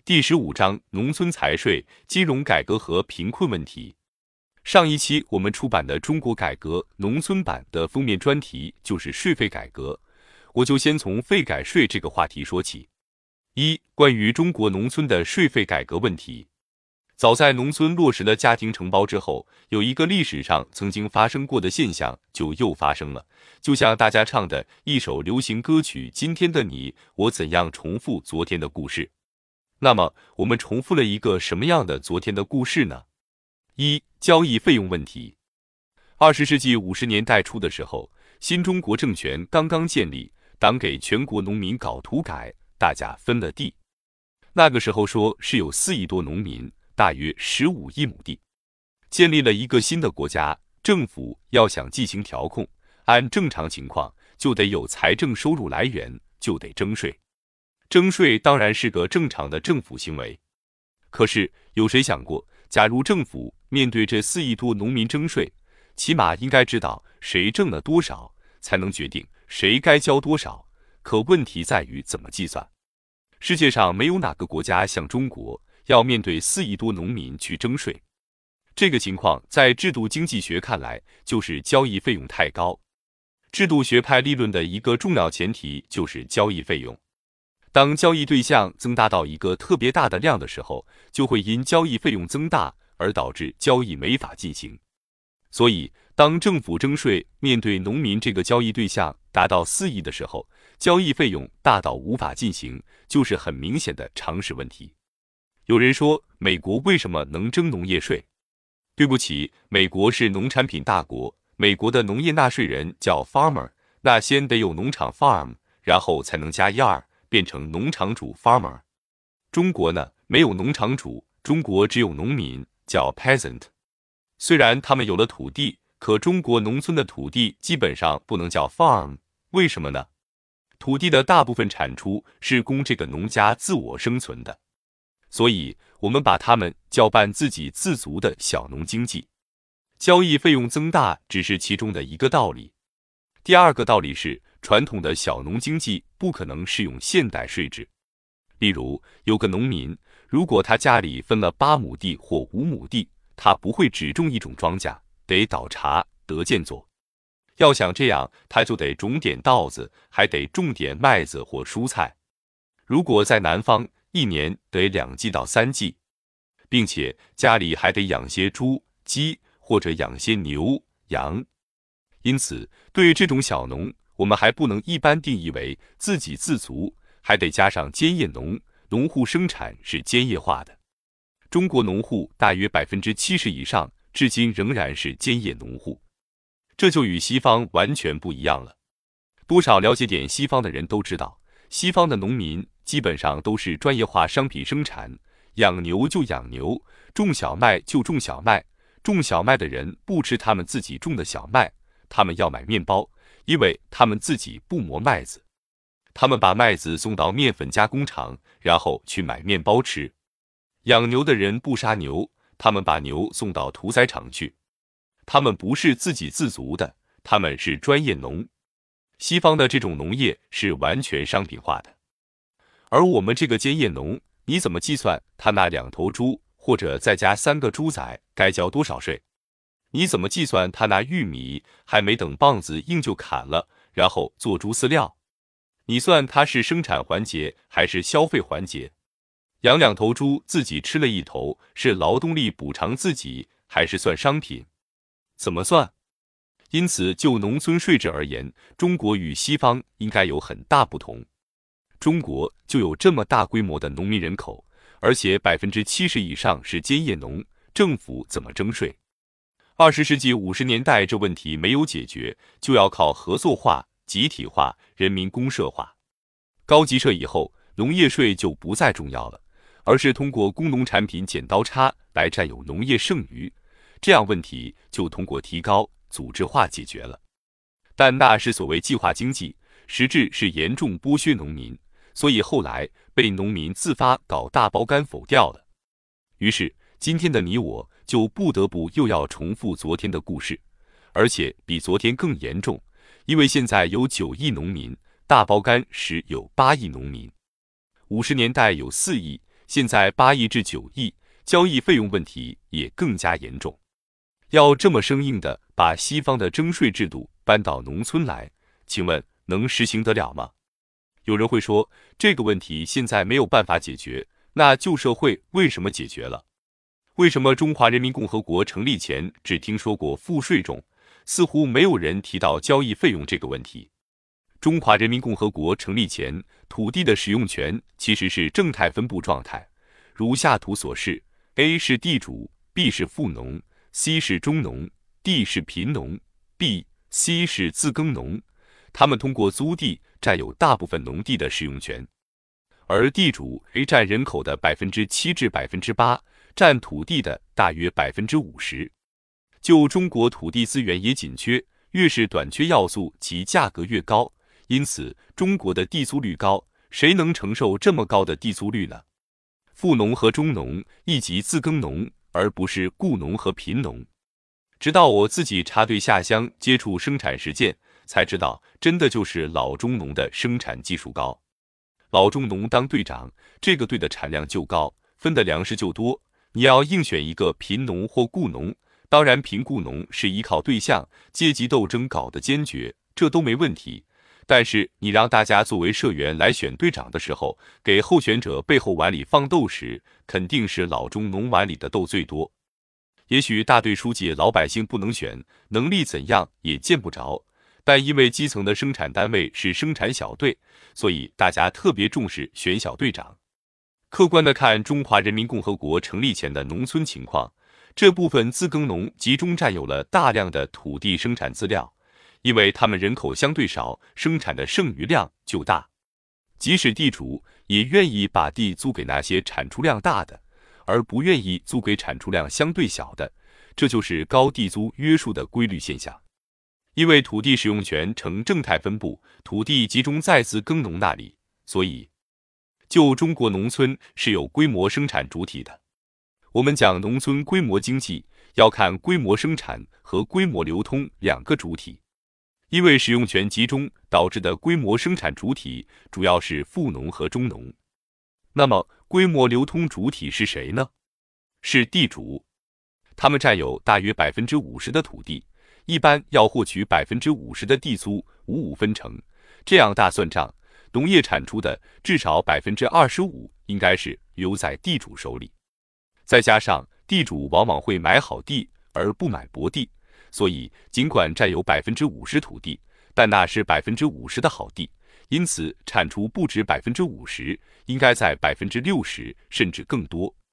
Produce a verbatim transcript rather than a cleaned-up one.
第十五章农村财税、金融改革和贫困问题。上一期我们出版的《中国改革农村版》的封面专题就是税费改革，我就先从费改税这个话题说起。一、关于中国农村的税费改革问题。早在农村落实了家庭承包之后，有一个历史上曾经发生过的现象就又发生了，就像大家唱的一首流行歌曲《今天的你我怎样重复昨天的故事》。那么我们重复了一个什么样的昨天的故事呢？一、交易费用问题。二十世纪五十年代初的时候，新中国政权刚刚建立，党给全国农民搞土改，大家分了地。那个时候说是有四亿多农民，大约十五亿亩地，建立了一个新的国家，政府要想进行调控，按正常情况就得有财政收入来源，就得征税。征税当然是个正常的政府行为，可是有谁想过，假如政府面对这四亿多农民征税，起码应该知道谁挣了多少，才能决定谁该交多少。可问题在于怎么计算。世界上没有哪个国家像中国要面对四亿多农民去征税。这个情况在制度经济学看来就是交易费用太高。制度学派立论的一个重要前提就是交易费用。当交易对象增大到一个特别大的量的时候，就会因交易费用增大而导致交易没法进行。所以当政府征税面对农民这个交易对象达到四亿的时候，交易费用大到无法进行，就是很明显的常识问题。有人说美国为什么能征农业税？对不起，美国是农产品大国，美国的农业纳税人叫 farmer， 那先得有农场 farm， 然后才能加 yard， 变成农场主 farmer。 中国呢，没有农场主，中国只有农民，叫 peasant。 虽然他们有了土地，可中国农村的土地基本上不能叫 farm， 为什么呢？土地的大部分产出是供这个农家自我生存的，所以我们把他们叫办自给自足的小农经济。交易费用增大只是其中的一个道理。第二个道理是，传统的小农经济不可能适用现代税制。例如，有个农民，如果他家里分了八亩地或五亩地，他不会只种一种庄稼，得倒茬得间作。要想这样，他就得种点稻子，还得种点麦子或蔬菜。如果在南方，一年得两季到三季，并且家里还得养些猪、鸡或者养些牛、羊。因此，对这种小农，我们还不能一般定义为自给自足，还得加上兼业农，农户生产是兼业化的。中国农户大约 百分之七十 以上，至今仍然是兼业农户。这就与西方完全不一样了。多少了解点西方的人都知道，西方的农民基本上都是专业化商品生产，养牛就养牛，种小麦就种小麦。种小麦的人不吃他们自己种的小麦，他们要买面包，因为他们自己不磨麦子。他们把麦子送到面粉加工厂，然后去买面包吃。养牛的人不杀牛，他们把牛送到屠宰场去。他们不是自给自足的，他们是专业农。西方的这种农业是完全商品化的。而我们这个兼业农，你怎么计算他那两头猪或者再加三个猪仔该交多少税？你怎么计算他那玉米还没等棒子硬就砍了，然后做猪饲料？你算它是生产环节还是消费环节？养两头猪自己吃了一头，是劳动力补偿自己还是算商品？怎么算？因此就农村税制而言，中国与西方应该有很大不同。中国就有这么大规模的农民人口，而且 百分之七十 以上是兼业农，政府怎么征税？二十世纪五十年代这问题没有解决，就要靠合作化、集体化、人民公社化。高级社以后，农业税就不再重要了，而是通过工农产品剪刀差来占有农业剩余，这样问题就通过提高组织化解决了。但那是所谓计划经济，实质是严重剥削农民，所以后来被农民自发搞大包干否掉了。于是今天的你我就不得不又要重复昨天的故事，而且比昨天更严重，因为现在有九亿农民，大包干时有八亿农民。五十年代有四亿， 现在八亿至九亿，交易费用问题也更加严重。要这么生硬的把西方的征税制度搬到农村来，请问能实行得了吗？有人会说，这个问题现在没有办法解决，那旧社会为什么解决了？为什么中华人民共和国成立前只听说过赋税重，似乎没有人提到交易费用这个问题？中华人民共和国成立前，土地的使用权其实是正态分布状态，如下图所示 ：A 是地主 ，B 是富农 ，C 是中农 ，D 是贫农 ，B、C 是自耕农。他们通过租地占有大部分农地的使用权，而地主 A 占人口的百分之七至百分之八，占土地的大约百分之五十。就中国土地资源也紧缺，越是短缺要素，其价格越高。因此，中国的地租率高，谁能承受这么高的地租率呢？富农和中农亦即自耕农，而不是雇农和贫农。直到我自己插队下乡接触生产实践，才知道真的就是老中农的生产技术高。老中农当队长，这个队的产量就高，分的粮食就多。你要硬选一个贫农或雇农，当然贫雇农是依靠对象，阶级斗争搞得坚决，这都没问题。但是你让大家作为社员来选队长的时候，给候选者背后碗里放豆时，肯定是老中农碗里的豆最多。也许大队书记老百姓不能选，能力怎样也见不着，但因为基层的生产单位是生产小队，所以大家特别重视选小队长。客观的看中华人民共和国成立前的农村情况，这部分自耕农集中占有了大量的土地生产资料，因为他们人口相对少，生产的剩余量就大。即使地主也愿意把地租给那些产出量大的，而不愿意租给产出量相对小的，这就是高地租约束的规律现象。因为土地使用权呈正态分布，土地集中在自耕农那里，所以就中国农村是有规模生产主体的。我们讲农村规模经济，要看规模生产和规模流通两个主体。因为使用权集中导致的规模生产主体主要是富农和中农。那么规模流通主体是谁呢？是地主，他们占有大约百分之五十的土地，一般要获取百分之五十的地租，五五分成。这样大算账，农业产出的至少百分之二十五应该是留在地主手里。再加上地主往往会买好地而不买薄地，所以尽管占有百分之五十土地，但那是百分之五十的好地，因此产出不止百分之五十，应该在百分之六十甚至更多。